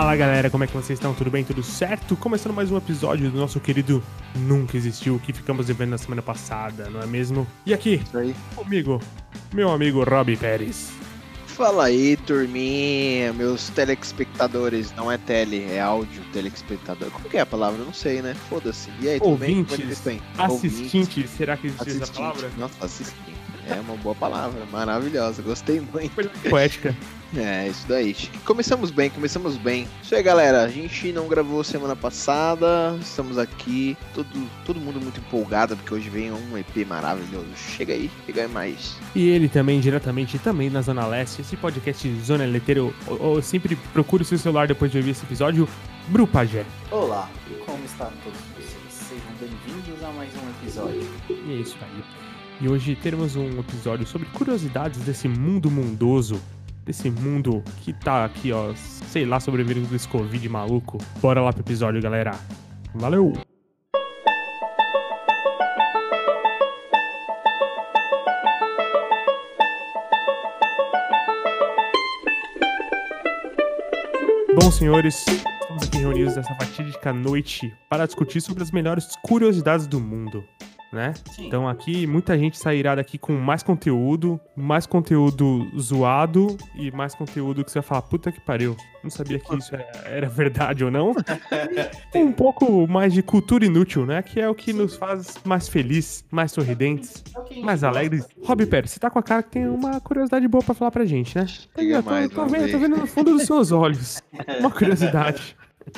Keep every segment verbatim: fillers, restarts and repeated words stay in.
Fala galera, como é que vocês estão? Tudo bem? Tudo certo? Começando mais um episódio do nosso querido Nunca Existiu, que ficamos devendo na semana passada, não é mesmo? E aqui, Isso aí. comigo, meu amigo Robbie Pérez. Fala aí, turminha, meus telespectadores, não é tele, é áudio telespectador. Como que é a palavra? Eu não sei, né? Foda-se. E aí, tudo bem? Como é que Ouvintes, vocês têm? assistentes, será que existe essa Assistinte. palavra? Nossa, assistinte. É uma boa palavra, maravilhosa, gostei muito. Poética. É, isso daí. Começamos bem, começamos bem. Isso aí, galera. A gente não gravou semana passada. Estamos aqui, todo, todo mundo muito empolgado, porque hoje vem um E P maravilhoso. Chega aí, chega aí mais. E ele também, diretamente, também na Zona Leste, esse podcast Zona Leteiro. Eu, eu sempre procure o seu celular depois de ouvir esse episódio. Bru Pajé. Olá, como estão todos vocês? Sejam bem-vindos a mais um episódio. E é isso aí. E hoje teremos um episódio sobre curiosidades desse mundo mundoso, desse mundo que tá aqui, ó, sei lá, sobrevivendo desse Covid maluco. Bora lá pro episódio, galera. Valeu! Bom, senhores, estamos aqui reunidos nessa fatídica noite para discutir sobre as melhores curiosidades do mundo, né? Sim. Então aqui muita gente sairá daqui com mais conteúdo, mais conteúdo zoado e mais conteúdo que você vai falar, puta que pariu, não sabia que isso era, era verdade ou não. Um pouco mais de cultura inútil, né? Que é o que nos faz mais felizes, mais sorridentes, É o que a gente mais gosta. alegres. Robbie Pérez, você tá com a cara que tem uma curiosidade boa pra falar pra gente, né? Diga Eu tô, mais, tô vamos vendo, ver. tô vendo no fundo dos seus olhos. Uma curiosidade.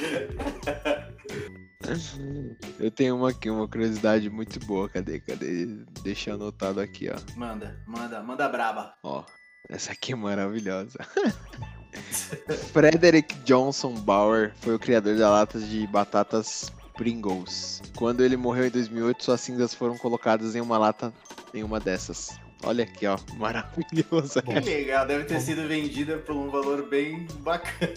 Eu tenho uma aqui, uma curiosidade muito boa. Cadê? Cadê? Deixa anotado aqui, ó. Manda, manda, manda braba. Ó, essa aqui é maravilhosa. Frederick Johnson Bauer foi o criador da lata de batatas Pringles. Quando ele morreu em dois mil e oito, suas cinzas foram colocadas em uma lata, em uma dessas. Olha aqui, ó, maravilhosa. Que legal, deve ter sido vendida por um valor bem bacana.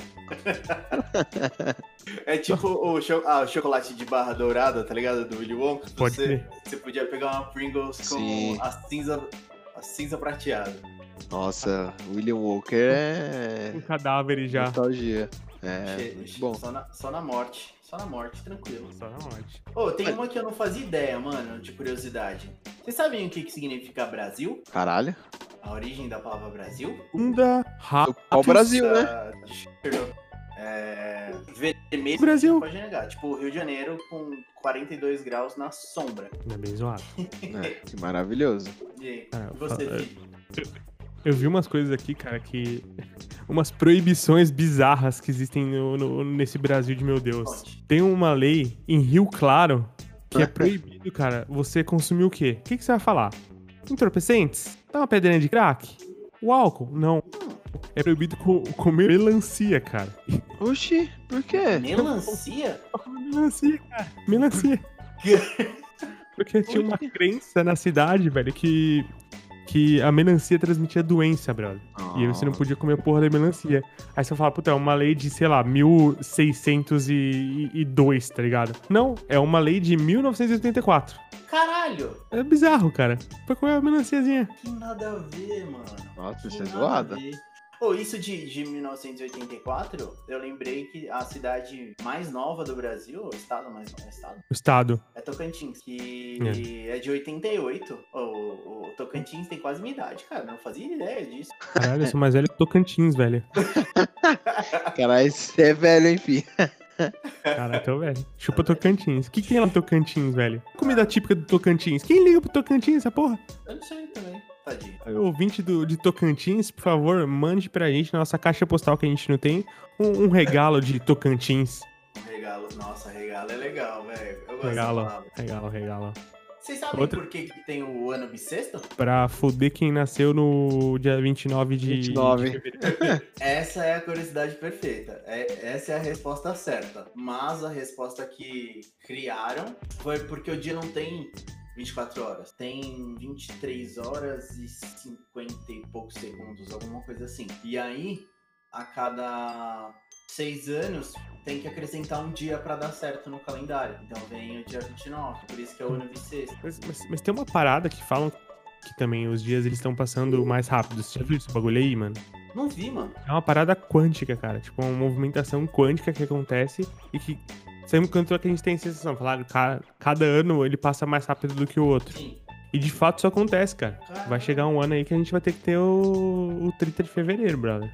É tipo o, cho- ah, o chocolate de barra dourada, tá ligado? Do Willy Wonka. Pode Você, crer. você podia pegar uma Pringles Sim. com a cinza, a cinza prateada. Nossa, William Walker é Um cadáver já. nostalgia. É, Che- muito bom. Só na, só na morte. Só na morte, tranquilo. Só na morte. Ô, tem uma que eu não fazia ideia, mano, de curiosidade. Vocês sabem o que, que significa Brasil? Caralho. A origem da palavra Brasil? Funda, rato, Ó o Brasil, né? Ah, perdão. É, vermelho, Brasil. pode negar. Tipo, Rio de Janeiro com quarenta e dois graus na sombra. É bem zoado. É, que maravilhoso. E aí? Cara, E você, fa- filho? Eu vi umas coisas aqui, cara, que... Umas proibições bizarras que existem no, no- nesse Brasil de meu Deus. Conte. Tem uma lei em Rio Claro que é proibido, cara, você consumir o quê? O que, que você vai falar? Entorpecentes? Dá uma pedrinha de crack? O álcool? Não. É proibido co- comer melancia, cara. Oxi, por quê? Melancia? Melancia, cara. Melancia. Porque tinha uma crença na cidade, velho, que, que a melancia transmitia doença, brother. E aí você não podia comer a porra da melancia. Aí você fala, puta, é uma lei de, sei lá, mil seiscentos e dois, tá ligado? Não, é uma lei de mil novecentos e oitenta e quatro. Caralho! É bizarro, cara. Pra comer uma melanciazinha. Que nada a ver, mano. Nossa, Que isso é nada zoada. a ver. Pô, isso de, de mil novecentos e oitenta e quatro, eu lembrei que a cidade mais nova do Brasil, o estado mais novo, é estado? O Estado. É Tocantins, que é, de oitenta e oito. O, o Tocantins tem quase minha idade, cara. Não fazia ideia disso. Caralho, eu sou mais velho que Tocantins, velho. Caralho, você é velho, enfim. Caralho, tô velho. Chupa Tocantins. O que, que tem lá no Tocantins, velho? Comida típica do Tocantins. Quem liga pro Tocantins, essa porra? Eu não sei também. Tadinho. Ouvinte do, de Tocantins, por favor, mande pra gente na nossa caixa postal que a gente não tem um, um regalo de Tocantins. Regalo, nossa, regalo é legal, velho. Eu gosto Regalo, dessa palavra. regalo, regalo. Vocês sabem Outra- por que, que tem o ano bissexto? Pra foder quem nasceu no dia vinte e nove de, vinte e nove. de fevereiro. Essa é a curiosidade perfeita. É, essa é a resposta certa. Mas a resposta que criaram foi porque o dia não tem vinte e quatro horas. Tem vinte e três horas e cinquenta e poucos segundos, alguma coisa assim. E aí, a cada seis anos, tem que acrescentar um dia pra dar certo no calendário. Então vem o dia vinte e nove, por isso que é o ano bissexto. Mas, mas, mas tem uma parada que falam que também os dias eles estão passando mais rápido. Você já viu esse bagulho aí, mano? Não vi, mano. É uma parada quântica, cara. Tipo, uma movimentação quântica que acontece e que sempre canto que a gente tem a sensação. Falaram, cada, cada ano ele passa mais rápido do que o outro. Sim. E de fato isso acontece, cara. Caramba. Vai chegar um ano aí que a gente vai ter que ter o, o trinta de fevereiro, brother.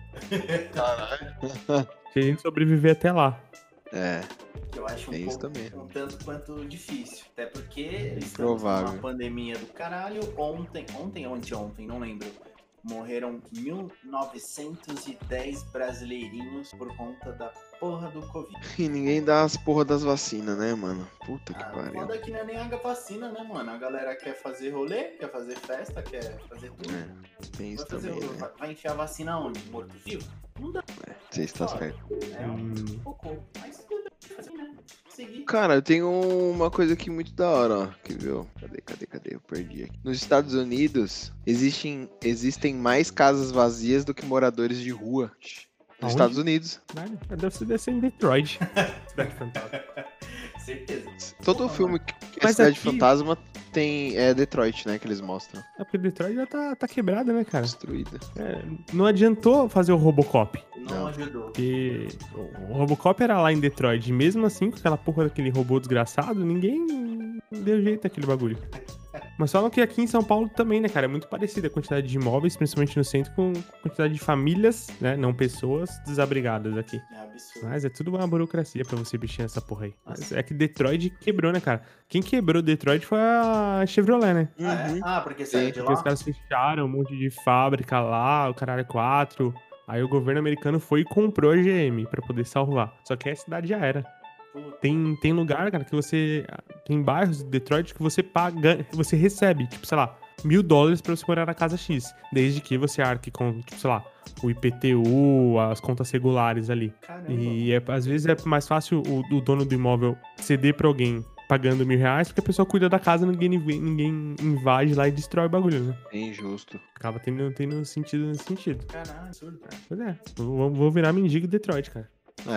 Caralho. Se a gente sobreviver até lá. É. Que eu acho um É isso pouco, também. um tanto quanto difícil. Até porque estamos Improvável. numa pandemia do caralho. Ontem, ontem ou anteontem, não lembro. Morreram mil novecentos e dez brasileirinhos por conta da porra do Covid. E ninguém dá as porra das vacinas, né, mano? Puta que Ah, pariu. foda que não é nem a vacina, né, mano? A galera quer fazer rolê, quer fazer festa, quer fazer tudo. É, tem isso Vai, fazer também, rolê. né? Vai- vai enfiar a vacina onde? Morto-vivo? Não dá. Você está Foda. certo. É um Hum. cocô. Mas tudo bem, fazer, né? Seguir. Cara, eu tenho uma coisa aqui muito da hora, ó. Quer ver? Ó? Cadê, cadê, cadê? Eu perdi aqui. Nos Estados Unidos, existem, existem mais casas vazias do que moradores de rua. Nos Aonde? Estados Unidos. Caralho, deve ser, deve ser em Detroit. Cidade Fantasma. Certeza. Todo Porra, filme que que é Mas Cidade aqui- Fantasma tem. É Detroit, né? Que eles mostram. É porque Detroit já tá, tá quebrada, né, cara? Destruída. É, não adiantou fazer o Robocop. Não, Não. ajudou. Porque o Robocop era lá em Detroit. E mesmo assim, com aquela porra daquele robô desgraçado, ninguém deu jeito naquele bagulho. Mas falam que aqui em São Paulo também, né, cara? É muito parecida a quantidade de imóveis, principalmente no centro, com a quantidade de famílias, né? Não pessoas desabrigadas aqui. É absurdo. Mas é tudo uma burocracia pra você mexer nessa porra aí. Mas Nossa. é que Detroit quebrou, né, cara? Quem quebrou Detroit foi a Chevrolet, né? Ah, é? Uhum. Ah, porque saiu de Porque os lá? caras fecharam um monte de fábrica lá, o caralho quatro. Aí o governo americano foi e comprou a G M pra poder salvar. Só que a cidade já era. Puta. Tem, tem lugar, cara, que você... Tem bairros de Detroit que você paga... Você recebe, tipo, sei lá, mil dólares pra você morar na casa X. Desde que você arque com, tipo, sei lá, o I P T U, as contas regulares ali. Caramba. E é- às vezes é mais fácil o, o dono do imóvel ceder pra alguém pagando mil reais, porque a pessoa cuida da casa, ninguém, ninguém invade lá e destrói o bagulho, né? É injusto. Acaba tendo, tendo sentido nesse sentido. Caralho, absurdo, cara. Pois é, vou, vou virar mendigo de Detroit, cara.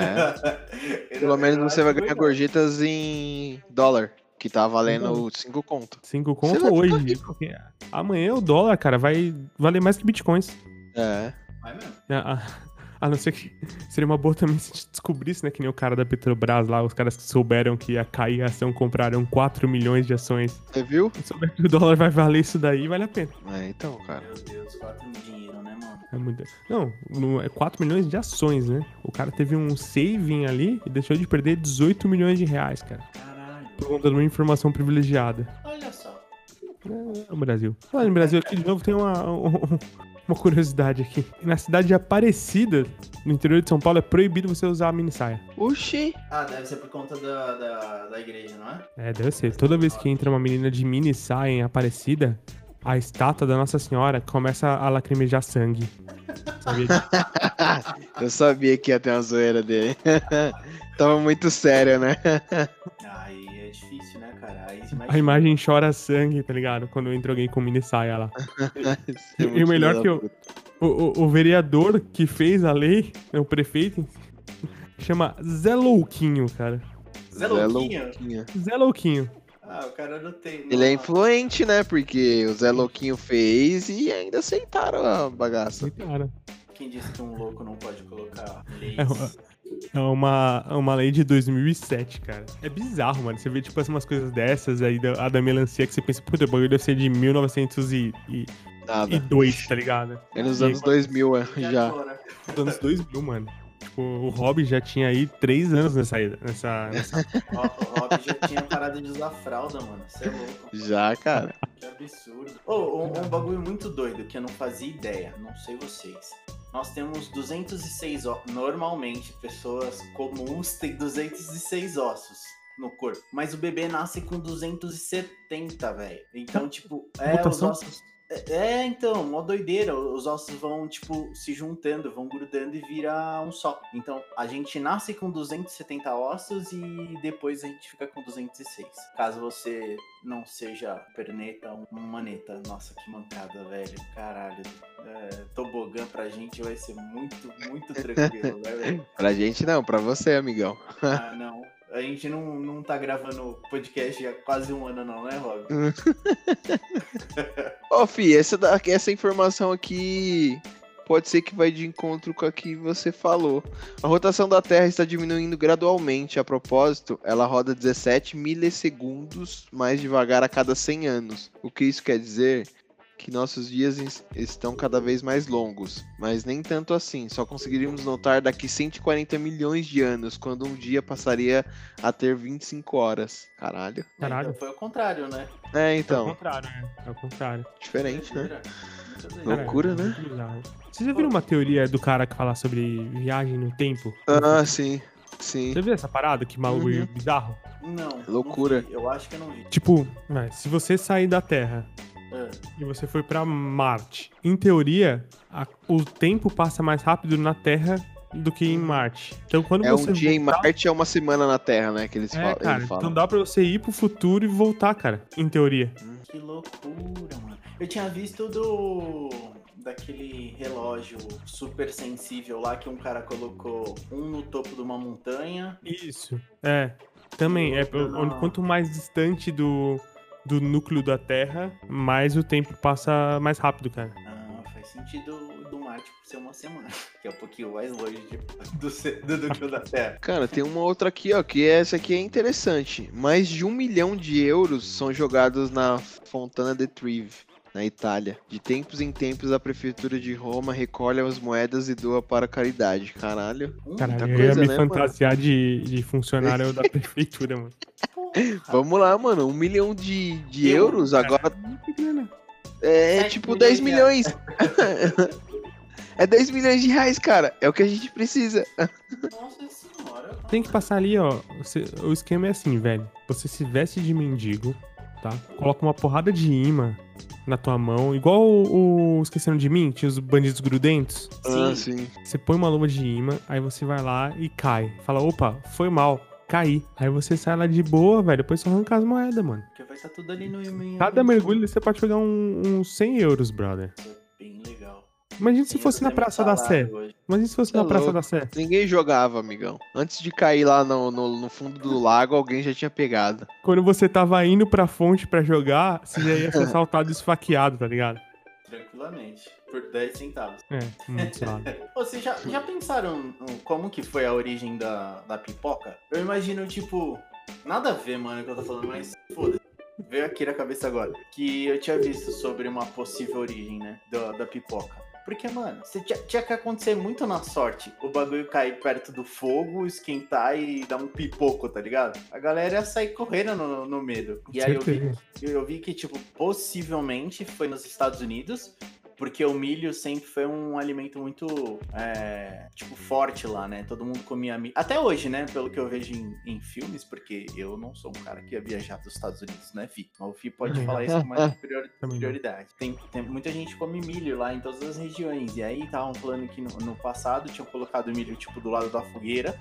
É. Eu Pelo não- menos eu você acho vai ganhar legal. gorjetas em dólar, que tá valendo cinco conto. Cinco Você conto vai ficar hoje. rico. Porque amanhã o dólar, cara, vai valer mais que bitcoins. É. Vai mesmo. A, a- a não ser que seria uma boa também se a gente descobrisse, né? Que nem o cara da Petrobras lá, os caras que souberam que ia cair a ação, compraram quatro milhões de ações. Você viu? Se souber que o dólar vai valer isso daí, vale a pena. É, então, cara. Meu Deus, quatro mil dinheiro, né, mano? É muito... Não, não, é quatro milhões de ações, né? O cara teve um saving ali e deixou de perder dezoito milhões de reais, cara. Caralho. Por conta de uma informação privilegiada. Olha só. É o Brasil. Falando em Brasil aqui de novo, tem uma, um- uma curiosidade aqui. Na cidade de Aparecida, no interior de São Paulo, é proibido você usar a mini saia. Oxi. Ah, deve ser por conta da, da, da igreja, não é? É, deve ser. Toda vez que entra uma menina de mini saia em Aparecida, a estátua da Nossa Senhora começa a lacrimejar sangue. Sabia disso? Eu sabia que ia ter uma zoeira dele. Tava muito sério, né? Aí é difícil, né, cara? Aí você A imagem chora sangue, tá ligado? Quando entra alguém com mini saia lá. Isso é E muito o melhor filho que da eu- puta. O, o- o vereador que fez a lei, é o prefeito, chama Zé Louquinho, cara. Zé Louquinho? Louquinho. Zé Louquinho. Ah, o cara não tem. Ele é não- influente, né? Porque o Zé Louquinho fez e ainda aceitaram a bagaça. Cara, Quem disse que um louco não pode colocar leis? É uma- é uma, é uma lei de dois mil e sete, cara. É bizarro, mano. Você vê, tipo, assim, umas coisas dessas aí, da, a da melancia, que você pensa, puta, o bagulho deve ser de mil novecentos e dois, Nada. tá ligado? É nos E anos dois mil, é, E já. agora? Nos anos dois mil, mano. Tipo, o Hobby já tinha aí três anos nessa... nessa, nessa... O o Rob já tinha parado de usar fralda, mano. Você é louco. Já, cara. Que absurdo. Ô, um, um bagulho muito doido que eu não fazia ideia. Não sei vocês. Nós temos duzentos e seis ossos. Normalmente, pessoas comuns têm duzentos e seis ossos no corpo. Mas o bebê nasce com duzentos e setenta, velho. Então, tipo, é, os Mutação? ossos. É, é, então, mó doideira. Os ossos vão, tipo, se juntando, vão grudando e vira um só. Então, a gente nasce com duzentos e setenta ossos e depois a gente fica com duzentos e seis. Caso você não seja perneta ou maneta. Nossa, que mancada, velho. Caralho. É, tobogã pra gente vai ser muito, muito tranquilo, né, velho? Pra gente não, pra você, amigão. Ah, não. A gente não, não tá gravando podcast há quase um ano, não, né, Rob? Ô, Fih, essa, da- essa informação aqui pode ser que vai de encontro com a que você falou. A rotação da Terra está diminuindo gradualmente. A propósito, ela roda dezessete milissegundos mais devagar a cada cem anos. O que isso quer dizer? Que nossos dias estão cada vez mais longos, mas nem tanto assim, só conseguiríamos notar daqui cento e quarenta milhões de anos, quando um dia passaria a ter vinte e cinco horas. Caralho. Caralho. Então foi o contrário, né? É, É o então, contrário, né? É o contrário. diferente, né? Muito doido. Cara, Loucura, é né? muito bizarro. Você já viram uma teoria do cara que fala sobre viagem no tempo? Ah, sim, sim. Você viu essa parada? Que maluco Uhum. bizarro? Não. Loucura. não vi. Eu acho que eu não vi. Tipo, né, se você sair da Terra Ah, e você foi pra Marte, em teoria, a- o tempo passa mais rápido na Terra do que em Marte. Então quando É você um dia em voltar- Marte, é uma semana na Terra, né? Que eles É, falam. cara, ele fala. então dá pra você ir pro futuro e voltar, cara, em teoria. que loucura, mano. Eu tinha visto do. Daquele relógio super sensível lá que um cara colocou um no topo de uma montanha. Isso, é. Também, é, onde, quanto mais distante do, do núcleo da Terra, mais o tempo passa mais rápido, cara. Ah, faz sentido do Marte por ser uma semana. Que é um pouquinho mais longe de- do, ce- do núcleo da Terra. Cara, tem uma outra aqui, ó, que essa aqui é interessante. Mais de um milhão de euros são jogados na Fontana de Trevi, na Itália. De tempos em tempos, a prefeitura de Roma recolhe as moedas e doa para a caridade. Caralho. Hum, Caralho, muita eu ia coisa, me né, mano? fantasiar de, de funcionário da prefeitura, mano. porra. Vamos lá, mano. Um milhão de, de Eu, euros cara. agora Que grana. é Sete tipo dez milhões milhões. É dez milhões de reais, cara. É o que a gente precisa. Nossa senhora. Tem que passar ali, ó. você- o esquema é assim, velho. Você se veste de mendigo, tá? Coloca uma porrada de imã na tua mão. Igual o, o Esqueceram de Mim, tinha os bandidos grudentos. Ah, Sim. sim. Você põe uma luva de imã, aí você vai lá e cai. Fala, opa, foi mal, caí. Aí você sai lá de boa, velho. Depois só arranca as moedas, mano. Porque vai estar tudo ali no e-mail. Cada mergulho você pode pegar um- uns cem euros, brother. Bem legal. Imagina se Sim, fosse eu na tenho meu Praça da Sé. salário hoje. Imagina se fosse Tá na Praça louco. da Sé. Ninguém jogava, amigão. Antes de cair lá no, no, no fundo do lago, alguém já tinha pegado. Quando você tava indo pra fonte pra jogar, você já ia ser assaltado e esfaqueado, tá ligado? Tranquilamente. Por dez centavos. É, muito suave. Ô, Vocês já, já pensaram no- como que foi a origem da, da pipoca? Eu imagino, tipo, nada a ver, mano, que eu tô falando, mas foda-se. Veio aqui na cabeça agora. Que eu tinha visto sobre uma possível origem, né? Da, da pipoca. Porque, mano, você tinha, tinha que acontecer muito na sorte. O bagulho cair perto do fogo, esquentar e dar um pipoco, tá ligado? A galera ia sair correndo no, no medo. E aí eu vi, Certeza. eu vi que, tipo, possivelmente foi nos Estados Unidos. Porque o milho sempre foi um alimento muito, é, tipo, forte lá, né? Todo mundo comia milho. Até hoje, né? Pelo que eu vejo em, em filmes, porque eu não sou um cara que ia viajar dos Estados Unidos, né, Fih? Mas o Fih pode falar isso com mais priori- Também não. prioridade. Tem, tem muita gente que come milho lá em todas as regiões. E aí estavam falando que no, no passado tinham colocado milho, tipo, do lado da fogueira.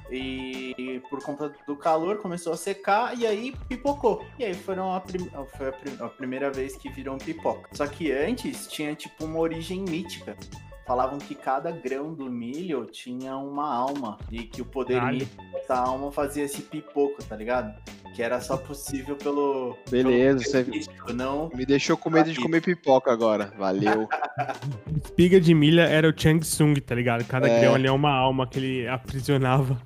E por conta do calor começou a secar e aí pipocou. E aí foram a, prim- foi a, prim- a primeira vez que viram pipoca. Só que antes tinha, tipo, uma origem mítica. Falavam que cada grão do milho tinha uma alma e que o poder Caralho. místico dessa alma fazia esse pipoco, tá ligado? Que era só possível pelo. Beleza, pelo você- poder místico, não. Me deixou com medo de comer pipoca agora. Valeu. Espiga de milha era o Chang Tsung, tá ligado? Cada É. grão ali é uma alma que ele aprisionava.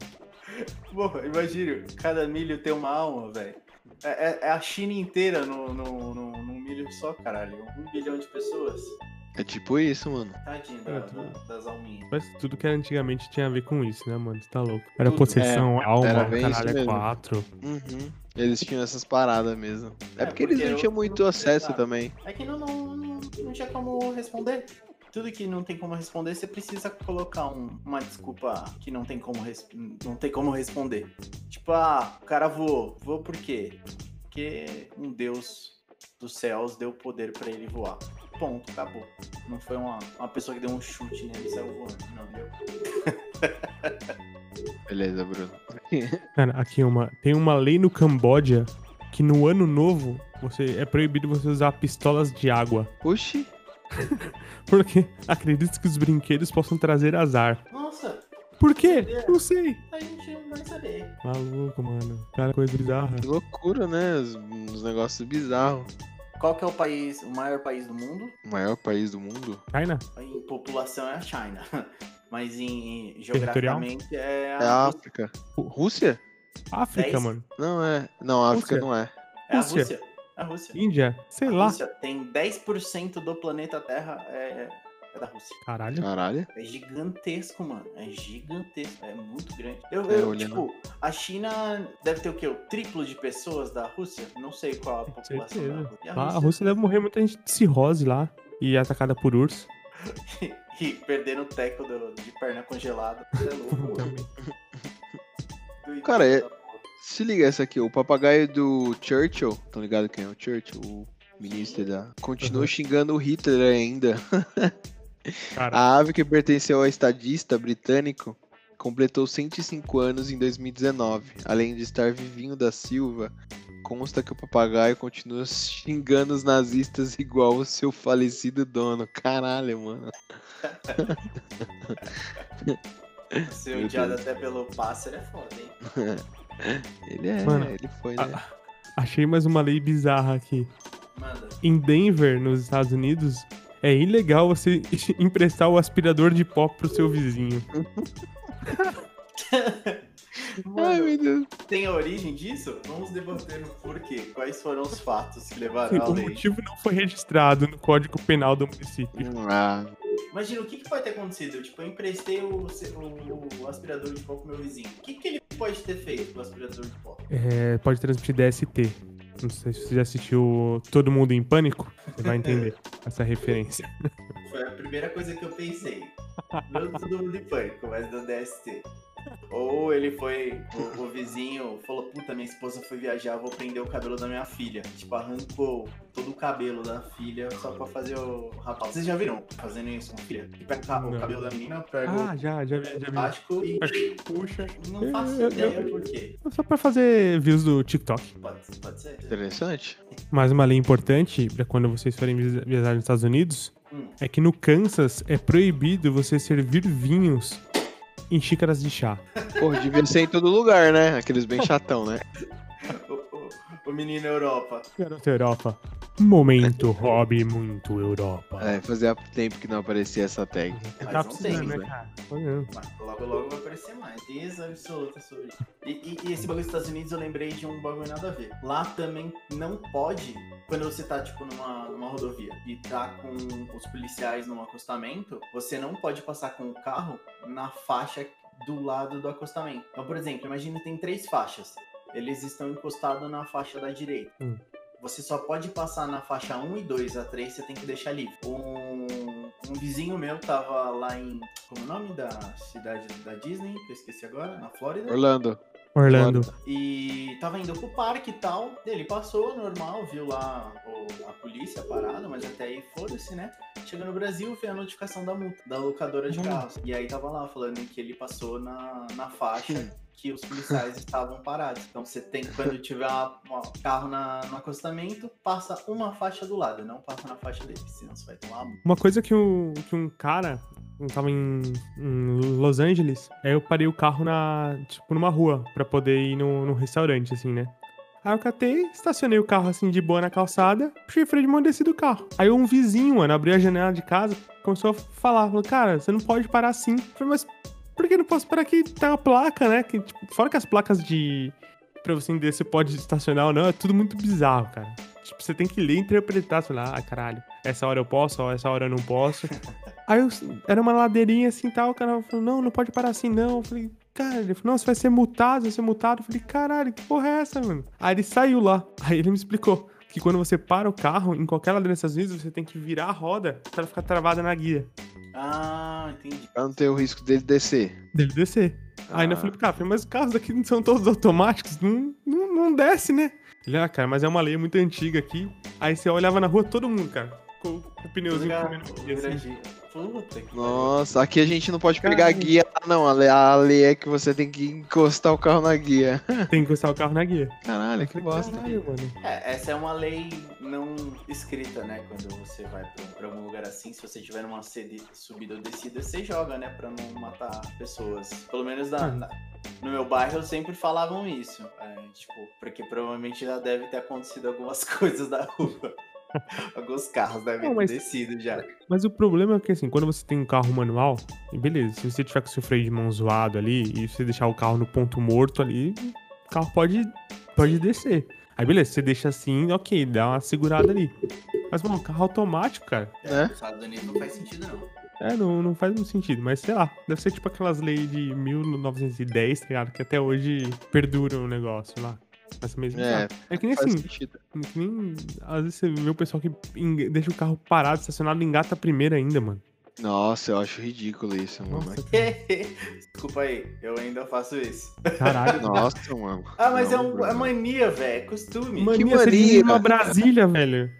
Porra, imagina, cada milho tem uma alma, velho. É, é- é a China inteira no, no, no, num milho só, caralho. Um bilhão de pessoas. É tipo isso, mano. Tadinho da- É, tudo- da- das alminhas. Mas tudo que era antigamente tinha a ver com isso, né, mano? Você tá louco. Era Tudo. possessão, É, alma, era bem caralho, isso é mesmo. quatro. Uhum. Eles tinham essas paradas mesmo. É, É, porque eles porque não eu- tinham muito acesso Exato. também. É que não, não, não, não tinha como responder. Tudo que não tem como responder, você precisa colocar um- uma desculpa que não tem como, res- não tem como responder. Tipo, ah, o cara voou. Voou por quê? Porque um deus dos céus deu poder pra ele voar. Ponto, acabou. Não foi uma, uma pessoa que deu um chute nele e saiu voando. Não, deu. Beleza, Bruno. Cara, aqui uma, tem uma lei no Camboja que no ano novo você, é proibido você usar pistolas de água. Oxi. Porque acredita que os brinquedos possam trazer azar. Nossa, Por quê? Não sei. a gente não vai saber. Maluco, mano. Cara, coisa bizarra. Que loucura, né? Os, uns negócios bizarros. qual que é o país, o maior país do mundo? O maior país do mundo? China? Em população é a China. Mas em, em Territorial? geograficamente é É a, a Rússia. África. Rússia? África, dez? mano. Não é. Não, a África Rússia. não é. É a Rússia. Rússia. É a Rússia. Índia? Sei A lá. Rússia tem dez por cento do planeta Terra é, é da Rússia. Caralho. Caralho. É gigantesco, mano. É gigantesco. É muito grande. Eu, É, eu, olhando. tipo, a China deve ter o quê? O triplo de pessoas da Rússia? Não sei qual a população da Certeza. Rússia. E a Lá, a Rússia- Rússia deve morrer muita gente de cirrose lá. E atacada por urso. E perdendo o teco do- de perna congelada. Você é louco, mano. Também. Doideira Cara, é- da porra. Se liga essa aqui, o papagaio do Churchill, tão ligado quem é o Churchill? O ministro da... Continua Uhum. xingando o Hitler ainda. Cara, A ave que pertenceu ao estadista britânico completou cento e cinco anos em dois mil e dezenove. Além de estar vivinho da Silva, consta que o papagaio continua xingando os nazistas igual o seu falecido dono. Caralho, mano. Ser Meu odiado Deus. até pelo pássaro é foda, hein? Ele é, Mano, ele foi, né? a- achei mais uma lei bizarra aqui. Manda. Em Denver, nos Estados Unidos, é ilegal você emprestar o aspirador de pó pro seu vizinho. Ai, meu Deus. Tem a origem disso? Vamos debater o porquê. Quais foram os fatos que levaram à O lei? motivo não foi registrado no Código Penal do município. Ah, Imagina, o que, que pode ter acontecido? Tipo, eu emprestei o, o- o aspirador de pó pro meu vizinho. O que, que ele pode ter feito com o aspirador de pó? É, pode transmitir D S T. Não sei se você já assistiu Todo Mundo em Pânico. Você vai entender essa referência. Foi a primeira coisa que eu pensei. Não todo mundo em pânico, mas do D S T. Ou ele foi, o, o vizinho falou, puta, minha esposa foi viajar, vou prender o cabelo da minha filha. Tipo, arrancou todo o cabelo da filha só pra fazer o rapaz. Vocês já viram fazendo isso com a filha? Que pega o ca- o Não. cabelo da menina, pega Ah, já, já vi, já o vi. plástico e Puxa. não faço Eu- eu- ideia por quê. Só pra fazer views do TikTok. Pode, pode ser? interessante. Mais uma lei importante pra quando vocês forem visa- viajar nos Estados Unidos Hum. é que no Kansas é proibido você servir vinhos em xícaras de chá. Pô, devia ser em todo lugar, né? Aqueles bem chatão, né? O, o, o menino Europa. Garoto Europa. Momento hobby muito Europa. É, fazia tempo que não aparecia essa tag. Mas Tá não precisando, tem, né, cara? Pois é. Mas logo, logo vai aparecer mais. Certeza absoluta sobre isso. E, e, e esse bagulho dos Estados Unidos eu lembrei de um bagulho nada a ver. Lá também não pode, quando você tá, tipo, numa, numa rodovia e tá com os policiais num acostamento, você não pode passar com o carro na faixa do lado do acostamento. Então, por exemplo, imagina que tem três faixas. Eles estão encostados na faixa da direita. Hum. Você só pode passar na faixa um e dois, a três você tem que deixar livre. Um, um vizinho meu tava lá em... Como é o nome da cidade da Disney? Que eu esqueci agora, na Flórida. Orlando. Orlando. E tava indo pro parque e tal. Ele passou normal, viu lá o- a polícia parada, mas até aí foda-se, né? Chega no Brasil, vê a notificação da multa da locadora de Hum. carros. E aí tava lá falando que ele passou na, na faixa que os policiais estavam parados. Então você tem, quando tiver um carro na, no acostamento, passa uma faixa do lado, não passa na faixa dele, senão você vai tomar uma multa. Uma coisa que, o, que um cara, eu tava em, em Los Angeles, aí eu parei o carro na, tipo, numa rua pra poder ir no, num restaurante, assim, né? Aí eu catei, estacionei o carro assim de boa na calçada, puxei o freio de mão e desci do carro. Aí um vizinho, mano, abriu a janela de casa, começou a falar, falou, cara, você não pode parar assim. Eu falei, mas por que não posso parar aqui? Tem uma placa, né? Que, tipo, fora que as placas de... pra você entender se pode estacionar ou não, é tudo muito bizarro, cara. Tipo, você tem que ler e interpretar, sei lá, ah, caralho, essa hora eu posso, ó, essa hora eu não posso. Aí eu, era uma ladeirinha assim e tal, o cara falou, não, não pode parar assim não. Eu falei, cara, ele falou, não, você vai ser multado, vai ser multado. Eu falei, caralho, que porra é essa, mano? Aí ele saiu lá, aí ele me explicou que quando você para o carro, em qualquer ladeira dos Estados Unidos, você tem que virar a roda pra ela ficar travada na guia, Ah, entendi. Pra não ter o risco dele descer. dele descer. Aí eu Ah. falei pro cara, falei, mas os carros daqui não são todos automáticos, não, não, não desce, né? Ele, ah, cara, mas é uma lei muito antiga aqui. Aí você olhava na rua, todo mundo, cara, com, com o pneuzinho comendo aqui, assim. Grande. Puta que pariu. Nossa, aqui a gente não pode pegar a Caralho. guia. Ah, não, a lei, a lei é que você tem que encostar o carro na guia. Tem que encostar o carro na guia. Caralho, que bosta. Caralho, mano. É, essa é uma lei não escrita, né? Quando você vai pra, pra algum lugar assim, se você tiver numa cedi- subida ou descida, você joga, né? Pra não matar pessoas. Pelo menos na, Hum. na- no meu bairro sempre falavam isso. É, tipo, porque provavelmente já deve ter acontecido algumas coisas da rua. Alguns carros devem Não, mas- ter descido já. Mas o problema é que, assim, quando você tem um carro manual, e beleza, se você tiver com o seu freio de mão zoado ali e você deixar o carro no ponto morto ali, o carro pode, pode descer. Aí, beleza, você deixa assim, ok, dá uma segurada ali. Mas, mano, carro automático, cara, É, É? nos Estados Unidos não faz sentido, não. é, não, não faz muito sentido. Mas, sei lá, deve ser tipo aquelas leis de mil novecentos e dez, tá ligado? Que até hoje perduram o negócio lá. Essa mesma É, É que nem faz assim, sentido. que nem, às vezes você vê o pessoal que enga- deixa o carro parado, estacionado, engata a primeira ainda, mano. Nossa, eu acho ridículo isso, mano. Nossa, Desculpa aí, eu ainda faço isso. caralho. Nossa, mano. Ah, mas Não, é, um, é Bruno. mania, velho. É costume. Mania, Que você mania? dirige uma Brasília, velho.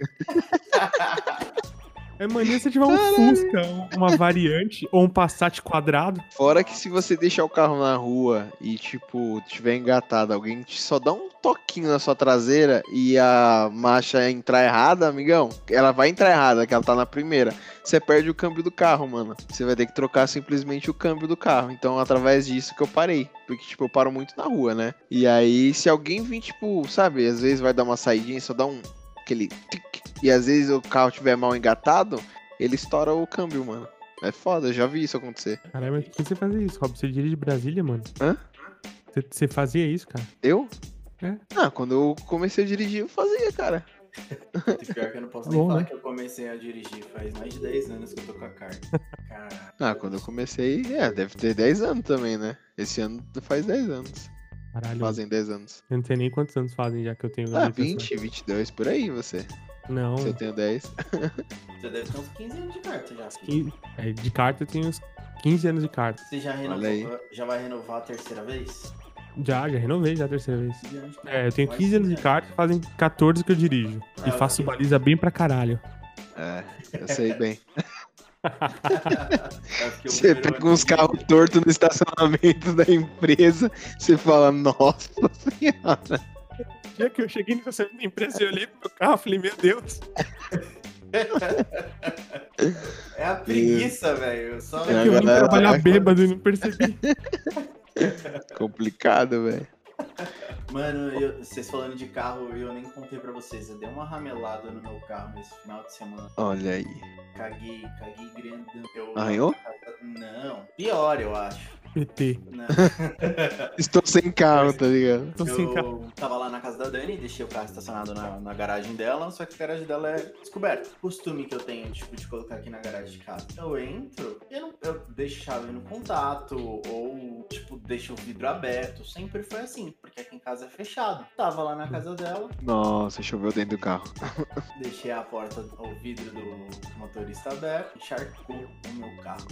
É mania se tiver um Fusca, um- uma variante ou um Passat quadrado. Fora que se você deixar o carro na rua e, tipo, tiver engatado, alguém te só dá um toquinho na sua traseira e a marcha entrar errada, amigão, ela vai entrar errada, que ela tá na primeira. Você perde o câmbio do carro, mano. Você vai ter que trocar simplesmente o câmbio do carro. Então, através disso que eu parei. Porque, tipo, eu paro muito na rua, né? E aí, se alguém vir, tipo, sabe, às vezes vai dar uma saidinha e só dá um... aquele tic, e às vezes o carro tiver mal engatado, ele estoura o câmbio, mano. É foda, eu já vi isso acontecer. Caralho, mas por que você fazia isso, Rob? Você dirige Brasília, mano? Hã? Você, você fazia isso, cara? Eu? É. Ah, quando eu comecei a dirigir, eu fazia, cara. E pior que eu não posso Tá nem bom, falar né? que eu comecei a dirigir. Faz mais de dez anos que eu tô com a carta. Caralho. Ah, quando eu comecei, é, deve ter dez anos também, né? Esse ano faz dez anos. Caralho, Fazem dez anos. eu não sei nem quantos anos fazem já que eu tenho Ah, habilitação. vinte, vinte e dois, por aí você. Não, Se eu tenho dez. Você deve ter uns quinze anos de carta já. quinze é, de carta eu tenho uns quinze anos de carta. Você já Olha aí. renovou? Já vai renovar a terceira vez? Já, já renovei já a terceira vez. quinze anos de carta. É, eu tenho Mais quinze anos de carta e fazem quatorze que eu dirijo. Ah, E eu faço tenho- baliza bem pra caralho. É, eu sei bem. É porque o Você primeiro pega ano uns de- carros tortos no estacionamento da empresa, você fala, nossa senhora. O dia que eu cheguei no estacionamento da empresa, eu olhei pro meu carro e falei, meu Deus. É a preguiça, velho. Só É, Eu vim galera, trabalhar vai- bêbado e não percebi. Complicado, velho. Mano, eu- vocês falando de carro, eu nem contei pra vocês. Eu dei uma ramelada no meu carro nesse final de semana. Olha aí. Caguei, caguei grandão. Eu... Arranhou? Não, pior, eu acho. P T. Não. Estou sem carro, tá ligado? Tô sem carro. Eu tava lá na casa da Dani, deixei o carro estacionado na, na garagem dela, só que a garagem dela é descoberta. Costume que eu tenho, tipo, de colocar aqui na garagem de casa. Eu entro, eu, não, eu deixo chave no contato, ou, tipo, deixo o vidro aberto. Sempre foi assim, porque aqui em casa é fechado. Tava lá na casa dela, Nossa, choveu dentro do carro. deixei a porta, o vidro do motorista aberto, encharcou o meu carro.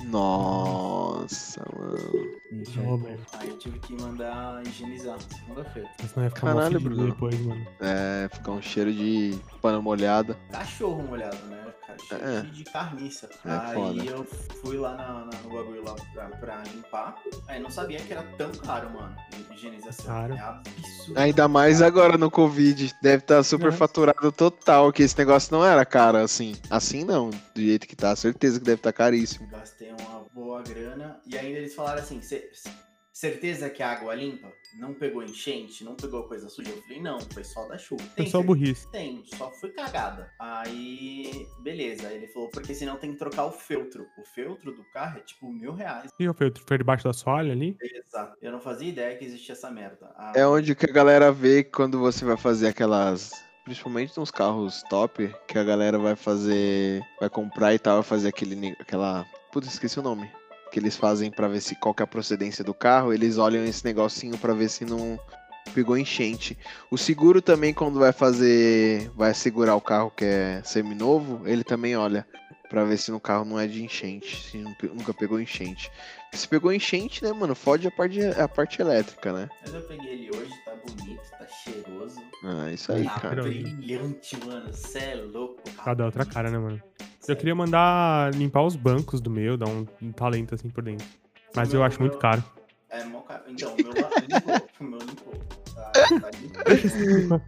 Nossa, mano. Ô, velho. Aí eu tive que mandar higienizar segunda-feira. Senão ia ficar mó Caralho, fedido Bruno. depois, mano. É, fica um cheiro de pano molhado. Cachorro molhado, né? Cara, cheio É. de, de carniça. É aí foda. eu fui lá na, na- no bagulho lá pra, pra limpar. Aí não sabia que era tão caro, mano. Higienização. Caro. É absurdo. Ainda mais agora no Covid. Deve estar super É. faturado total, que esse negócio não era caro assim. Assim não, do jeito que tá. Certeza que deve estar caríssimo. Gastei uma boa grana. E ainda eles falaram assim: "Cê- certeza que a água limpa? Não pegou enchente? Não pegou coisa suja?" Eu falei, não, foi só da chuva. Foi Tem só certeza? burrice. Tenho, só fui cagada. Aí, beleza. Aí ele falou, porque senão tem que trocar o feltro. O feltro do carro é tipo mil reais. E o filtro foi debaixo da soalha ali? Exato. Eu não fazia ideia que existia essa merda. Ah, É onde que a galera vê quando você vai fazer aquelas. Principalmente nos carros top, que a galera vai fazer. Vai comprar e tal, vai fazer aquele. ne- aquela. Putz, esqueci o nome. Que eles fazem pra ver se qual que é a procedência do carro. Eles olham esse negocinho pra ver se não pegou enchente. O seguro também, quando vai fazer. Vai segurar o carro que é seminovo, ele também olha. Pra ver se no carro não é de enchente. Se não pe- nunca pegou enchente. Porque se pegou enchente, né, mano? Fode a parte, a parte elétrica, né? Mas eu peguei ele hoje, tá bonito, tá cheiroso. Ah, isso aí, Tá cara. brilhante, mano. Cê é louco. Cada outra cara, né, mano? Cê Eu queria mandar limpar os bancos do meu, dar um, um talento assim por dentro. Mas eu acho muito caro. É mó caro. Então, o meu lá limpou. O meu limpou. Tá, tá limpo.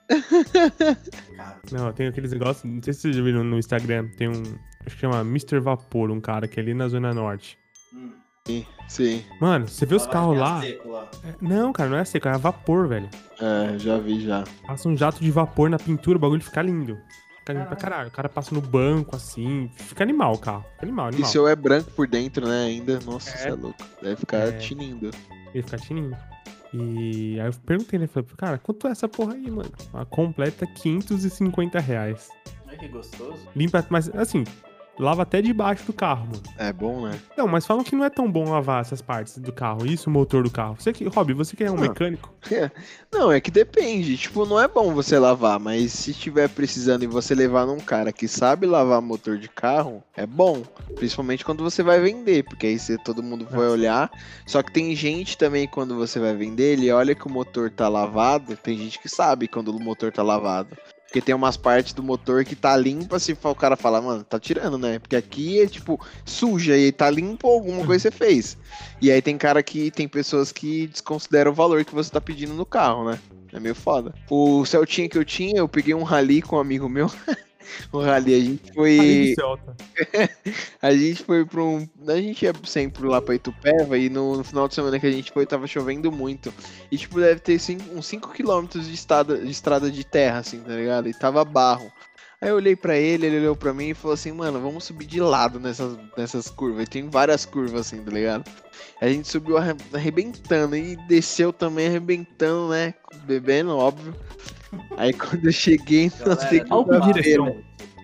Cara, Não, tem aqueles negócios, não sei se vocês já viram no Instagram, tem um, acho que chama mister Vapor, um cara que é ali na Zona Norte. hum. Sim. Mano, você vê os carros lá... Seco lá. é- Não, cara, não é seco, é vapor, velho. É, já vi já. Passa um jato de vapor na pintura, o bagulho fica lindo. Fica limpo pra caralho. O cara passa no banco, assim. Fica animal o carro. Fica animal, animal. E se eu é branco por dentro, né, ainda? Nossa, É. você é louco. Deve ficar É. tinindo. Ele fica tininho. E aí eu perguntei, né? Falei, cara, quanto é essa porra aí, mano? A completa quinhentos e cinquenta reais. Ai, que gostoso. Limpa, mas assim, lava até debaixo do carro, mano. É bom, né? Não, mas falam que não é tão bom lavar essas partes do carro. Isso, o motor do carro. Você que, Rob, você que é um Não. mecânico. Não, é que depende. Tipo, não é bom você lavar, mas se estiver precisando e você levar num cara que sabe lavar motor de carro, é bom. Principalmente quando você vai vender, porque aí você, todo mundo vai olhar. Só que tem gente também, quando você vai vender, ele olha que o motor tá lavado. Tem gente que sabe quando o motor tá lavado. Porque tem umas partes do motor que tá limpa, se o cara falar, mano, tá tirando, né? Porque aqui é tipo suja e tá limpo, alguma coisa você fez. E aí tem cara que, tem pessoas que desconsideram o valor que você tá pedindo no carro, né? É meio foda. O Celtinha que eu tinha, eu peguei um rally com um amigo meu. O rally, a gente foi. Aí do Celta. A gente foi pra um. A gente ia sempre lá pra Itupeva e no, no final de semana que a gente foi tava chovendo muito. E tipo, deve ter cinco, uns cinco quilômetros de estrada, de estrada de terra, assim, tá ligado? E tava barro. Aí eu olhei pra ele, ele olhou pra mim e falou assim, mano, vamos subir de lado nessas, nessas curvas. E tem várias curvas assim, tá ligado? A gente subiu arre- arrebentando e desceu também arrebentando, né? Bebendo, óbvio. Aí quando eu cheguei na Galera, segunda-feira,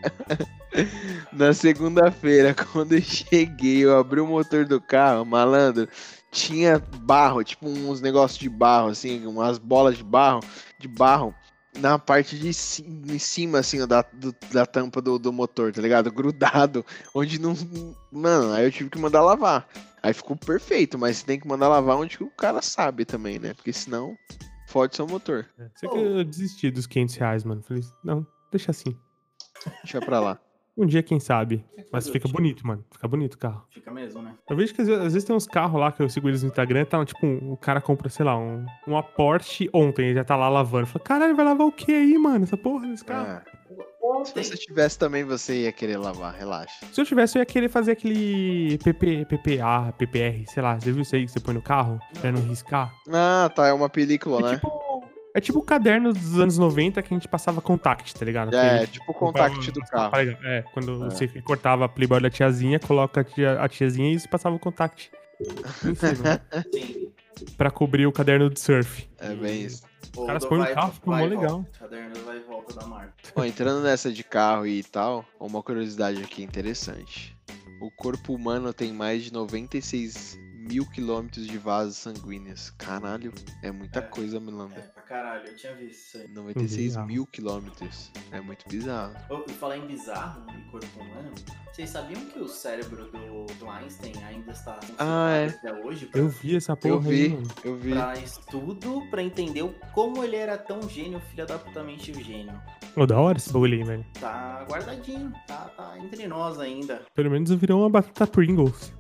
na segunda-feira, quando eu cheguei, eu abri o motor do carro, malandro, tinha barro, tipo uns negócios de barro, assim, umas bolas de barro, de barro, na parte de ci- em cima, assim, ó, da, do- da tampa do, do motor, tá ligado? Grudado, onde não... Mano, aí eu tive que mandar lavar. Aí ficou perfeito, mas você tem que mandar lavar onde que o cara sabe também, né? Porque senão, fode seu motor. Sei que eu desisti dos quinhentos reais, mano. Falei, não, deixa assim. Deixa pra lá. Um dia, quem sabe. Mas fica bonito, mano. Fica bonito o carro. Fica mesmo, né? Eu vejo que às vezes, às vezes tem uns carros lá que eu sigo eles no Instagram, tá, tipo, um- o cara compra, sei lá, um, uma Porsche ontem, ele já tá lá lavando. Fala, caralho, vai lavar o que aí, mano? Essa porra desse carro. Ah, se Ontem. você tivesse também, você ia querer lavar, relaxa. Se eu tivesse, eu ia querer fazer aquele P P, P P A, P P R, sei lá. Você viu isso aí que você põe no carro? Pra não riscar? Ah, tá, é uma película, É né? tipo, é tipo o caderno dos anos noventa que a gente passava contact, tá ligado? Que a É, gente tipo o comprava contact do umas carro. papas legais. É, quando É. você cortava a Playboy da tiazinha, coloca a, tia- a tiazinha e você passava o contact em cima, Sim. pra cobrir o caderno de surf. É bem isso. O caras do põem no vai- carro, ficou vai mó e volta. legal. Caderno vai e volta da marca. Bom, entrando nessa de carro e tal, uma curiosidade aqui interessante. O corpo humano tem mais de noventa e seis mil quilômetros de vasos sanguíneos. Caralho, é muita É. coisa, É, Milanda. pra caralho, eu tinha visto isso aí. noventa e seis Bizarro. mil quilômetros. É muito bizarro. Ô, e falar em bizarro em corpo humano, vocês sabiam que o cérebro do, do Einstein ainda está conservado Ah, é. até hoje? Pra, Eu vi essa Eu porra aí, vi, mano. eu vi. pra estudo, pra entender o- como ele era tão gênio, filho da putamente gênio. Ô, da hora esse bagulho aí, velho. Tá guardadinho, tá, tá entre nós ainda. Pelo menos virou uma batata Pringles.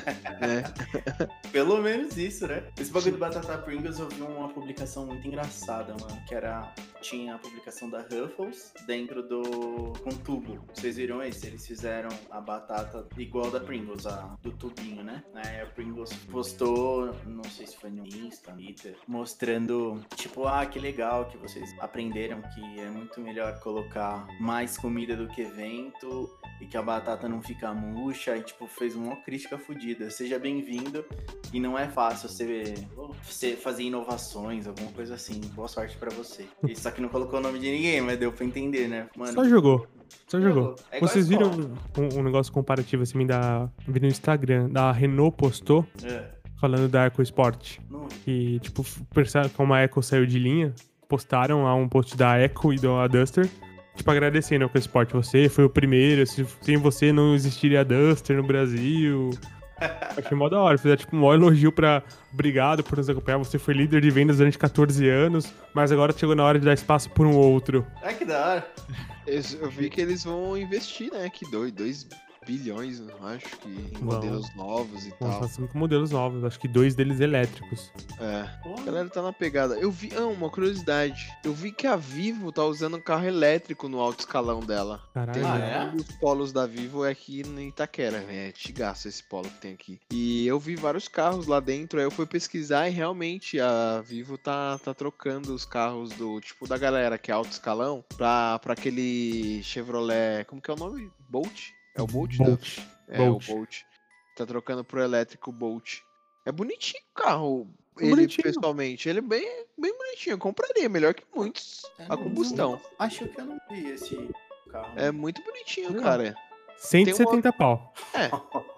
É. Pelo menos isso, né? Esse bagulho do Batata Pringles eu vi uma publicação muito engraçada, mano. Que era. Tinha a publicação da Ruffles dentro do. Com tubo. Vocês viram esse? Eles fizeram a batata igual da Pringles, a, do tubinho, né? Aí a Pringles postou, não sei se foi no Insta, Twitter, mostrando, tipo, ah, que legal que vocês aprenderam que é muito melhor colocar mais comida do que vento e que a batata não fica murcha. E, tipo, fez uma crítica fodida. Seja bem-vindo. E não é fácil você, você fazer inovações, alguma coisa assim. Boa sorte pra você. Isso aqui não colocou o nome de ninguém, mas deu pra entender, né? Mano, Só jogou. Só Jogou. jogou. É igual Vocês a viram escola. um, um negócio comparativo assim da. Vi no Instagram. Da Renault postou é, falando da EcoSport. não, E, tipo, percebe como a Eco saiu de linha. Postaram lá um post da Eco e da Duster. Tipo, agradecendo ao EcoSport. Você foi o primeiro. se- Sem você não existiria a Duster no Brasil. Achei mó da hora. Fizeram tipo um maior elogio pra. Obrigado por nos acompanhar. Você foi líder de vendas durante quatorze anos. Mas agora chegou na hora de dar espaço por um outro. ai que da hora. Eu, eu vi que eles vão investir, né? Que dois bilhões, eu acho que em Não. modelos novos e Vão tal. lançar cinco modelos novos, acho que dois deles elétricos. É. Pô, A galera tá na pegada. Eu vi, ah, uma curiosidade. Eu vi que a Vivo tá usando um carro elétrico no alto escalão dela. Tem Caralho. Ah, é? um dos polos da Vivo é aqui em Itaquera, é tigaço esse polo que tem aqui. E eu vi vários carros lá dentro, aí eu fui pesquisar e realmente a Vivo tá, tá trocando os carros do tipo da galera que é alto escalão pra, pra aquele Chevrolet, como que é o nome? Bolt? É o Bolt? da- Bolt. É Bolt. o Bolt. Tá trocando pro elétrico Bolt. É bonitinho o carro. É Ele, bonitinho. pessoalmente, ele é bem, bem bonitinho. Eu compraria, melhor que muitos. eu A não- combustão. Acho que eu não vi esse carro. É muito bonitinho, Legal. cara. cento e setenta pau. É,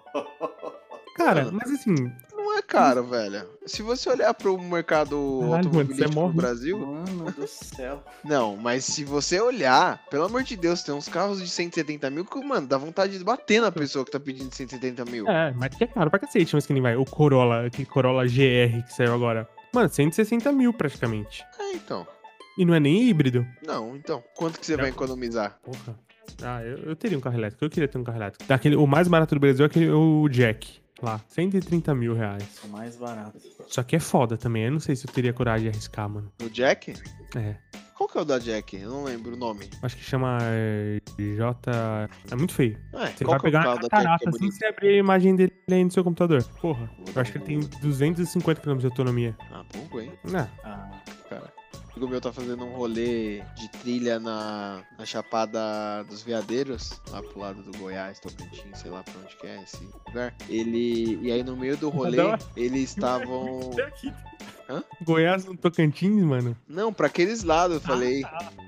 Cara, Mano. mas assim, não é caro, velho. Se você olhar pro mercado Caralho, mano, automobilístico você morre. do Brasil, Mano do céu. não, mas se você olhar, pelo amor de Deus, tem uns carros de cento e setenta mil que, mano, dá vontade de bater na pessoa que tá pedindo cento e setenta mil. é, mas que é caro pra cacete, mas que nem vai. O Corolla, que Corolla G R que saiu agora. Mano, cento e sessenta mil praticamente. É, então. E não é nem híbrido. Não, então. Quanto que você vai economizar? Porra. Ah, eu, eu teria um carro elétrico. Eu queria ter um carro elétrico. Daquele, o mais barato do Brasil é aquele, o Jack. Lá, cento e trinta mil reais. O mais barato. Só que é foda também. Eu não sei se eu teria coragem de arriscar, mano. O Jack? É. Qual que é o da Jack? Eu não lembro o nome. Acho que chama é, J. É muito feio. É, Você qual vai que é o pegar carro a da Jack catarata que é assim bonito? que você abrir a imagem dele aí no seu computador. Porra. Vou Eu dar acho que um ele tem Google. duzentos e cinquenta quilômetros de autonomia. Ah, pouco, hein? Ah, Ah, Cara. O amigo meu tá fazendo um rolê de trilha na, na Chapada dos Veadeiros, lá pro lado do Goiás, Tocantins, sei lá pra onde que é esse lugar. Ele. E aí no meio do rolê, Da hora. eles estavam. Hã? Goiás no Tocantins, mano. Não, pra aqueles lados, eu falei.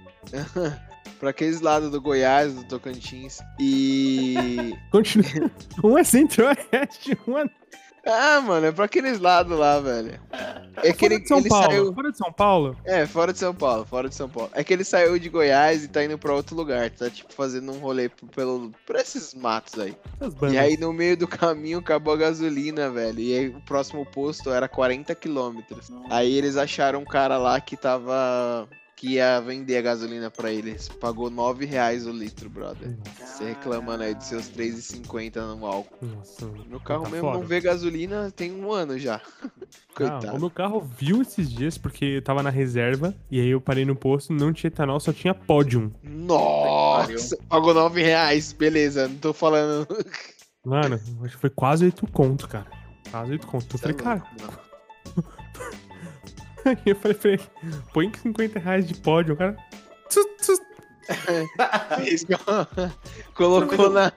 Pra aqueles lados do Goiás, do Tocantins. E. Continua. Um é centro-oeste, um é Ah, mano, é pra aqueles lados lá, velho. É que fora ele, de São ele Paulo. saiu. Fora de São Paulo? É, fora de São Paulo, fora de São Paulo. É que ele saiu de Goiás e tá indo pra outro lugar. Tá, tipo, fazendo um rolê p- pelo, por esses matos aí. Essas bandas. E aí, no meio do caminho, acabou a gasolina, velho. E aí, o próximo posto era quarenta quilômetros. Aí, eles acharam um cara lá que tava... que ia vender a gasolina pra eles. Pagou nove reais o litro, brother. Você reclamando aí dos seus três e cinquenta no álcool. Nossa, Meu carro tá mesmo foda. não vê gasolina tem um ano já. Coitado. Ah, o meu carro viu esses dias porque eu tava na reserva e aí eu parei no posto, não tinha etanol, só tinha Podium. Nossa, pagou nove reais, beleza, não tô falando. Mano, acho que foi quase oito conto, cara. Quase oito conto. Eu Cê é falei, cara. louco, mano. Aí eu falei pra ele, põe cinquenta reais de Podium, cara. Tsus, tsus. Isso, colocou na.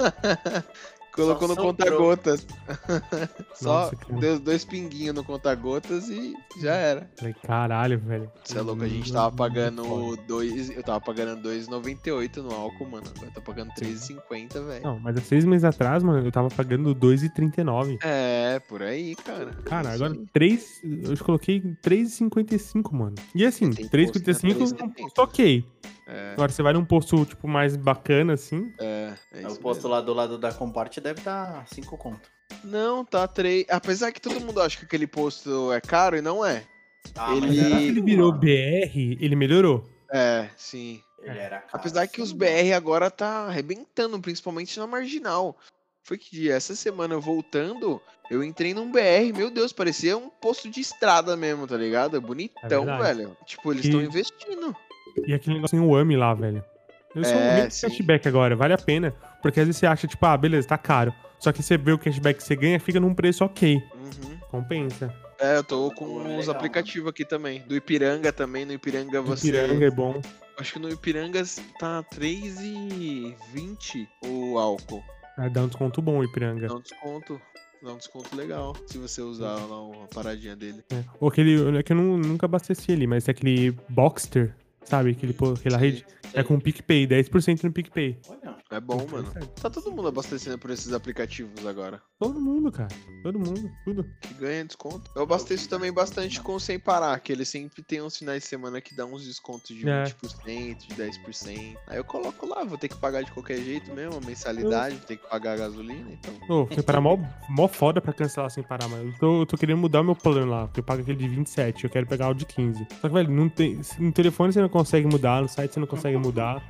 Colocou Só no soprou. conta-gotas. Só Nossa, cara. deu dois pinguinhos no conta-gotas e já era. Falei, caralho, velho. Você é louco, a gente tava pagando dois. Eu tava pagando dois e noventa e oito no álcool, mano. Agora tá pagando três e cinquenta, velho. Não, mas há seis meses atrás, mano, eu tava pagando dois e trinta e nove. É, por aí, cara. Cara, É isso agora aí. três. Eu coloquei três e cinquenta e cinco, mano. E assim, Tem três e posto, cinquenta e né? cinco é um três e posto ok. É, Agora você vai num posto, tipo, mais bacana, assim. é, é o isso posto mesmo. lá do lado da Comparte deve dar cinco conto. Não, tá três. Apesar que todo mundo acha que aquele posto é caro e não é. Ah, Ele- mas era Ele assim, virou mano. B R, ele melhorou. É, sim. Ele era caro, Apesar que sim, os mano. B R agora tá arrebentando, principalmente na marginal. Foi que dia? Essa semana voltando, eu entrei num B R, meu Deus, parecia um posto de estrada mesmo, tá ligado? Bonitão, verdade. velho. Tipo, eles Que- estão investindo. E aquele negocinho o A M lá, velho. Eu sou É, um rei de sim. cashback agora, vale a pena. Porque às vezes você acha, tipo, ah, beleza, tá caro. Só que você vê o cashback que você ganha, fica num preço ok. Uhum. Compensa. É, eu tô com Pô, é uns legal, aplicativos aqui também. Do Ipiranga também, no Ipiranga você... Ipiranga é bom. Acho que no Ipiranga tá três e vinte o álcool. Ah, dá um desconto bom o Ipiranga. Dá um desconto. Dá um desconto legal se você usar lá uma paradinha dele. É. Ou aquele. É que eu nu- nunca abasteci ali, mas é aquele Boxster, sabe? Aquele, pô, aquela Sim. rede. É com o PicPay, dez por cento no PicPay. Olha, É bom, mano. Tá todo mundo abastecendo por esses aplicativos agora. Todo mundo, cara. Todo mundo, tudo. Que ganha desconto. Eu abasteço também bastante com Sem Parar, que ele sempre tem uns finais de semana que dá uns descontos de É. vinte por cento, de dez por cento. Aí eu coloco lá, vou ter que pagar de qualquer jeito mesmo, a mensalidade, vou ter que pagar a gasolina, então. Ô, sem parar mó, mó foda pra cancelar sem parar, mano. Eu tô, eu tô querendo mudar o meu plano lá, porque eu pago aquele de vinte e sete, eu quero pegar o de quinze. Só que, velho, não tem, no telefone você não consegue mudar, no site você não consegue mudar.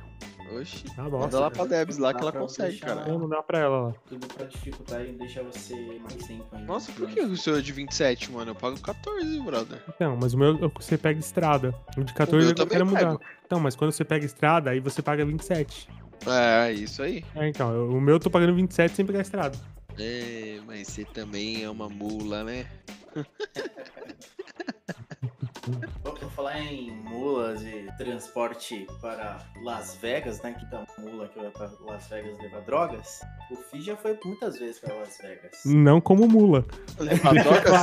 Oxi. Ah, Manda bosta. lá pra Debs lá Dá que ela pra consegue, deixar cara. lá. Vou mandar pra ela lá. Tudo pra dificultar e deixar você mais tempo ainda. Nossa, por que o seu é de vinte e sete, mano? Eu pago quatorze, brother. Então, mas o meu eu- você pega estrada. O de quatorze meu eu também quero mudar. pego. Então, mas quando você pega estrada, aí você paga vinte e sete. É, isso aí. É, então, eu- o meu eu tô pagando vinte e sete sem pegar estrada. É, mas você também é uma mula, né? Vou falar em mulas e transporte para Las Vegas, né? Que da mula que vai para Las Vegas levar drogas. O Fih já foi muitas vezes para Las Vegas. Não como mula. Levar Deixa drogas?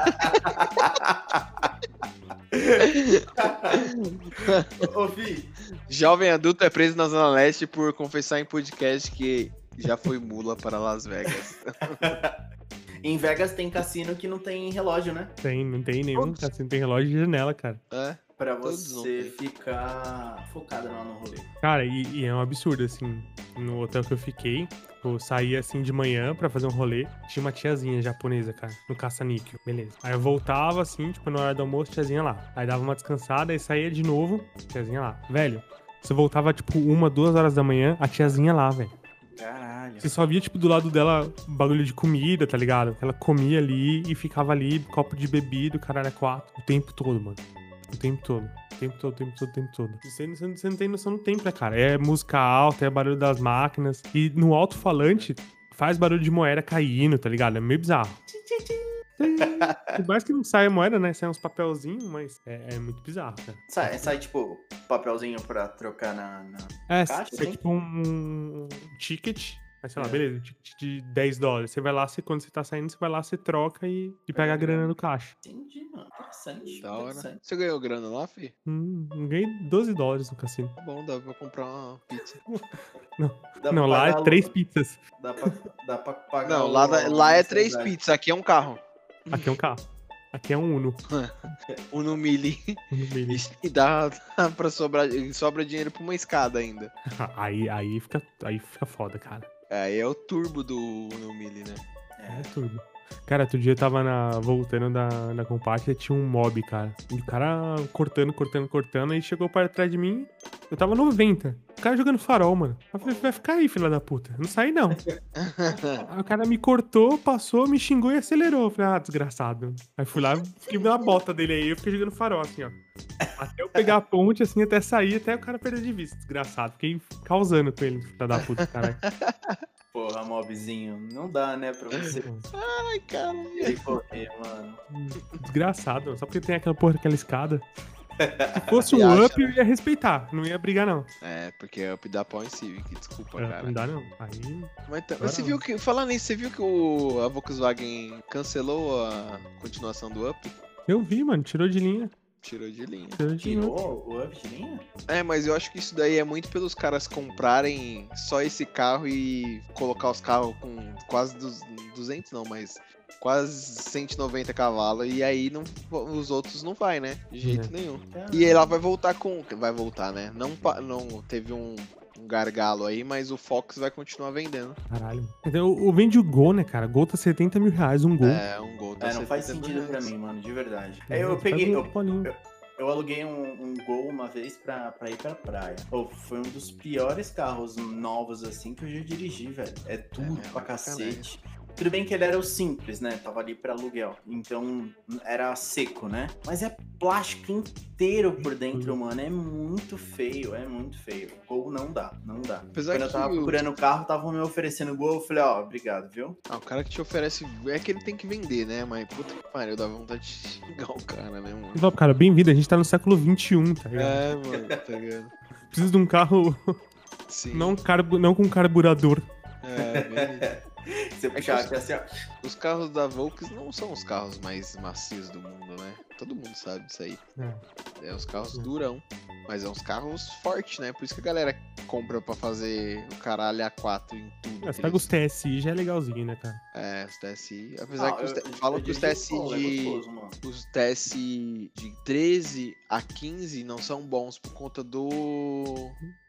Ô, ô, Fih, Jovem adulto é preso na Zona Leste por confessar em podcast que já foi mula para Las Vegas. em Vegas tem cassino que não tem relógio, né? Tem, não tem nenhum. Todos. Assim, tem relógio de janela, cara. É? Pra Todos não você tem. ficar focado lá no rolê. Cara, e, e é um absurdo, assim. No hotel que eu fiquei, eu saía assim de manhã pra fazer um rolê. Tinha uma tiazinha japonesa, cara, no caça-níquel. Beleza. Aí eu voltava, assim, tipo, na hora do almoço, tiazinha lá. Aí dava uma descansada, aí saía de novo, tiazinha lá. Velho, você voltava, tipo, uma, duas horas da manhã, a tiazinha lá, velho. Caralho. Você só via, tipo, do lado dela bagulho de comida, tá ligado? Ela comia ali e ficava ali, copo de bebida, o caralho é quatro. O tempo todo, mano. O tempo todo. O tempo todo, o tempo todo, o tempo todo. Você, você, você não tem noção do tempo, né, cara? É música alta, é barulho das máquinas. E no alto-falante faz barulho de moeda caindo, tá ligado? É meio bizarro. Por mais que não saia moeda, né? Sai uns papelzinhos, mas é, é muito bizarro, cara. Sai, sai, tipo, papelzinho pra trocar na... na... É, Caixa, você é assim? tipo um ticket. Aí, sei lá, É. beleza, um ticket de dez dólares. Você vai lá, você, quando você tá saindo, você vai lá, você troca e, e pega a grana do caixa. Entendi, mano. Interessante. Da hora. interessante. Você ganhou grana lá, fi? Hum, ganhei doze dólares no cassino. Tá bom, dá pra comprar uma pizza. Dá pra Não, lá pagar é o- três pizzas. Dá pra, dá pra pagar Não, o- lá, da- lá é três mensalidade. pizzas, aqui é um carro. Aqui é um carro. Aqui é um Uno. Uno Mili. Uno Mini. E dá, dá pra sobrar, sobra dinheiro pra uma escada ainda. Aí, aí, fica, aí fica foda, cara. Aí é o turbo do Uno Mili, né? É tudo. Cara, outro dia eu tava na, voltando da, da compacta e tinha um mob, cara. E o cara cortando, cortando, cortando. Aí chegou para trás de mim. Eu tava noventa. O cara jogando farol, mano. Eu falei, vai ficar aí, filha da puta. Eu não saí, não. Aí o cara me cortou, passou, me xingou e acelerou. Eu falei, ah, desgraçado. Aí fui lá, fiquei na bota dele aí. Eu fiquei jogando farol, assim, ó. Até eu pegar a ponte, assim, até sair, até o cara perder de vista. Desgraçado. Fiquei causando com ele, filha da puta, caralho. Porra, mobzinho. Não dá, né, pra você Ai, cara. ir correr, mano. Desgraçado, só porque tem aquela porra daquela escada. Se fosse Você um acha, up, eu ia respeitar. Não ia brigar, não. É, porque é up da pau em Civic, desculpa, É, cara. não dá, não. Aí. Mas, tá- Agora mas você não. viu que, falando nisso, você viu que o, a Volkswagen cancelou a continuação do Up? Eu vi, mano. Tirou de linha. Tirou de linha. Tirou de linha. Tirou o up de linha? É, mas eu acho que isso daí é muito pelos caras comprarem só esse carro e colocar os carros com quase dos duzentos, não, mas quase cento e noventa cavalos, e aí não, os outros não vai, né? De jeito É. nenhum. E ela vai voltar com... Vai voltar, né? Não, pa- não teve um, um gargalo aí, mas o Fox vai continuar vendendo. Caralho. Então, o vende o Gol, né, cara? Gol tá setenta mil reais, um Gol. É, um Gol tá É, não faz setenta sentido pra reais. mim, mano, de verdade. É, eu faz peguei, um eu, polinho. eu aluguei um, um Gol uma vez pra, pra ir pra praia. Pô, foi um dos piores carros novos, assim, que eu já dirigi, velho. É tudo É, pra é cacete. Tudo bem que ele era o simples, né? Tava ali pra aluguel. Então, era seco, né? Mas é plástico inteiro por dentro, mano. É muito feio, é muito feio. Gol não dá, não dá. Apesar Quando eu que tava o- procurando o carro, estavam me oferecendo Gol. Eu falei, ó, obrigado, viu? Ah, o cara que te oferece é que ele tem que vender, né? Mas puta que pariu, dá vontade de xingar o cara, né, mano? Então, cara, bem-vindo. A gente tá no século vinte e um, tá ligado? É, mano, tá ligado? Preciso de um carro Sim. não, carbu... não com carburador. É, bem... Você puxar aqui assim, ó. Os carros da Volks não são os carros mais macios do mundo, né? Todo mundo sabe disso aí. É. É os carros É. durão. Mas é uns carros fortes, né? Por isso que a galera compra pra fazer o caralho A quatro em tudo. Mas que pega eles- os T S I, já é legalzinho, né, cara? É, os T S I. Apesar Ah, que os eu- te... eu- falam eu que os dirigi T S I Polo, é de. gostoso, mano. Os T S I de treze a quinze não são bons por conta do.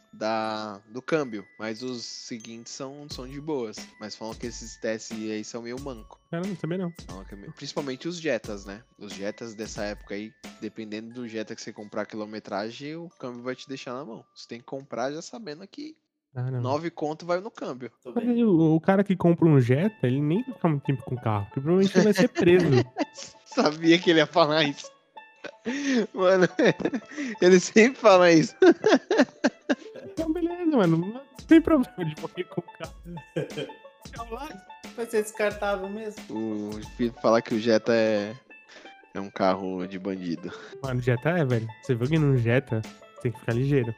da, do câmbio, mas os seguintes são, são de boas. Mas falam que esses testes aí são meio manco. Caramba, também não. Falam que é meio- Principalmente os Jetas, né? Os Jetas dessa época aí, dependendo do Jetta que você comprar a quilometragem, o câmbio vai te deixar na mão. Você tem que comprar já sabendo que Ah, não. nove conto vai no câmbio. Tô Mas bem. aí, o, o cara que compra um Jetta, ele nem vai ficar muito tempo com o carro, porque provavelmente ele vai ser preso. Sabia que ele ia falar isso. Mano, ele sempre fala isso. Então, beleza, mano. Não tem problema de morrer com o carro. Calma lá. Vai ser descartável mesmo. O filho fala que o Jetta é, é um carro de bandido. Mano, Jetta é, velho. Você viu que num Jetta, tem que ficar ligeiro.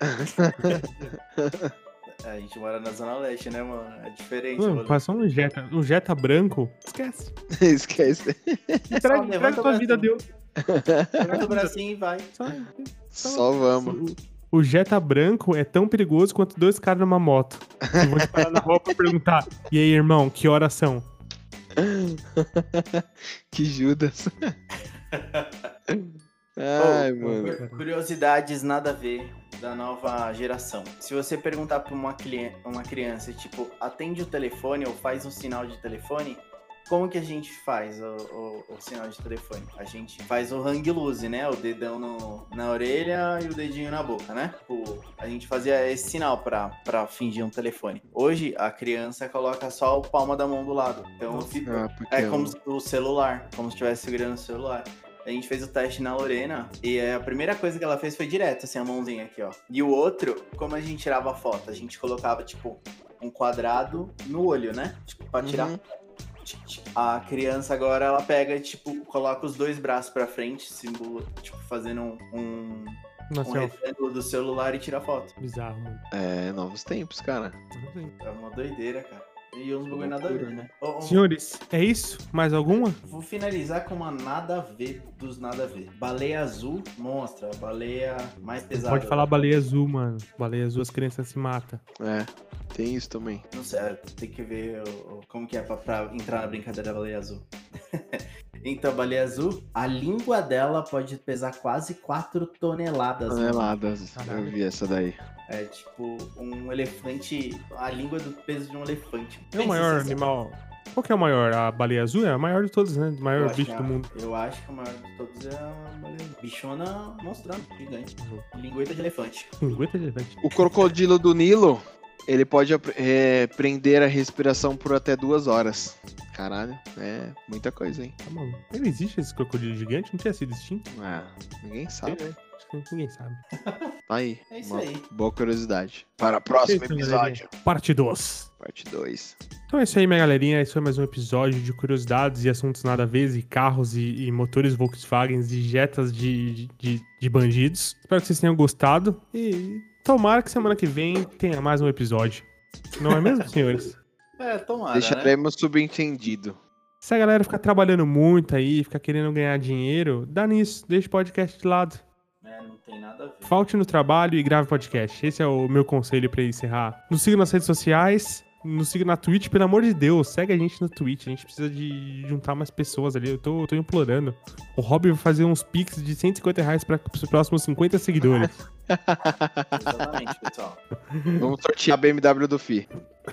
A gente mora na Zona Leste, né, mano? É diferente. Mano, mano. passou um Jetta, um Jetta branco, esquece. Esquece. Entrega, levanta entrega o tua vida a bracinho. Deus. Levanta o bracinho e vai. Só, Só vamos. O, o Jetta branco é tão perigoso quanto dois caras numa moto. Eu vou te parar na rua pra perguntar. E aí, irmão, que horas são? Que Judas. Ai, Oh, mano. Curiosidades nada a ver da nova geração. Se você perguntar pra uma, clien- uma criança, tipo, atende o telefone ou faz um sinal de telefone, como que a gente faz o, o- o sinal de telefone? A gente faz o hang loose, né? O dedão no- na orelha e o dedinho na boca, né? Tipo, a gente fazia esse sinal pra, pra fingir um telefone. Hoje, a criança coloca só o palma da mão do lado. Então, fica- Ah, porque é eu- como se- o celular, como se estivesse segurando o celular. A gente fez o teste na Lorena e a primeira coisa que ela fez foi direto, assim, a mãozinha aqui, ó. E o outro, como a gente tirava foto? A gente colocava, tipo, um quadrado no olho, né? Tipo, pra tirar. Uhum. A criança agora, ela pega e, tipo, coloca os dois braços pra frente, símbolo, tipo, fazendo um, um, Nossa, um é retângulo do celular e tira foto. bizarro, mano. É, novos tempos, cara. Não sei. É uma doideira, cara. E uns bagulho nada a ver, né? Ô, ô, Senhores, é isso? Mais alguma? Vou finalizar com uma nada a ver dos nada a ver. Baleia azul mostra, a baleia mais pesada. Pode falar baleia azul, mano. Baleia azul, as crianças se matam. É, tem isso também. Não sei, tem que ver o- o- como que é pra, pra entrar na brincadeira da baleia azul. Então, a baleia azul, a língua dela pode pesar quase quatro toneladas. mano. Toneladas. Eu Caralho. vi essa daí. É tipo um elefante, a língua do peso de um elefante. É o maior Pensa, animal. Qual que é o maior? A baleia azul é a maior de todos, né? O eu maior acho bicho que do a- mundo. Eu acho que o maior de todos é a baleia. Bichona mostrando, gigante. Uhum. Lingueta de elefante. Lingueta de elefante. O crocodilo do Nilo, ele pode é, prender a respiração por até duas horas. Caralho, é muita coisa, hein? Tá maluco. Ele existe esse crocodilo gigante? Não tinha sido extinto? Ah, ninguém sabe. Acho que ninguém sabe. Tá aí. É isso uma aí. boa curiosidade. Para o próximo Isso, episódio. Parte dois. Parte dois. Então é isso aí, minha galerinha. Esse foi mais um episódio de curiosidades e assuntos nada a ver, e carros e, e motores Volkswagen e jetas de, de, de bandidos. Espero que vocês tenham gostado e tomara que semana que vem tenha mais um episódio. Não é mesmo, senhores? É, tomara, né? Deixaremos subentendido. Se a galera ficar trabalhando muito aí, ficar querendo ganhar dinheiro, dá nisso, deixa o podcast de lado. É, não tem nada a ver. Falte no trabalho e grave podcast. Esse é o meu conselho pra encerrar. Nos siga nas redes sociais, nos siga na Twitch, pelo amor de Deus. Segue a gente no Twitch. A gente precisa de juntar mais pessoas ali. Eu tô, eu tô implorando. O Rob vai fazer uns pix de cento e cinquenta reais para os próximos cinquenta seguidores. Exatamente, pessoal. Vamos sortear a B M W do F I.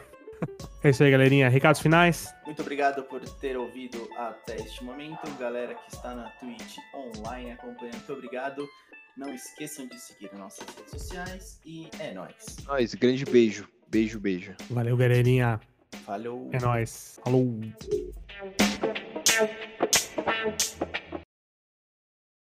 É isso aí, galerinha. Recados finais. Muito obrigado por ter ouvido até este momento. Galera que está na Twitch online acompanhando, muito obrigado. Não esqueçam de seguir nossas redes sociais e é nóis. Nós, grande beijo. Beijo, beijo. Valeu, galerinha. Falou! É nóis. Falou.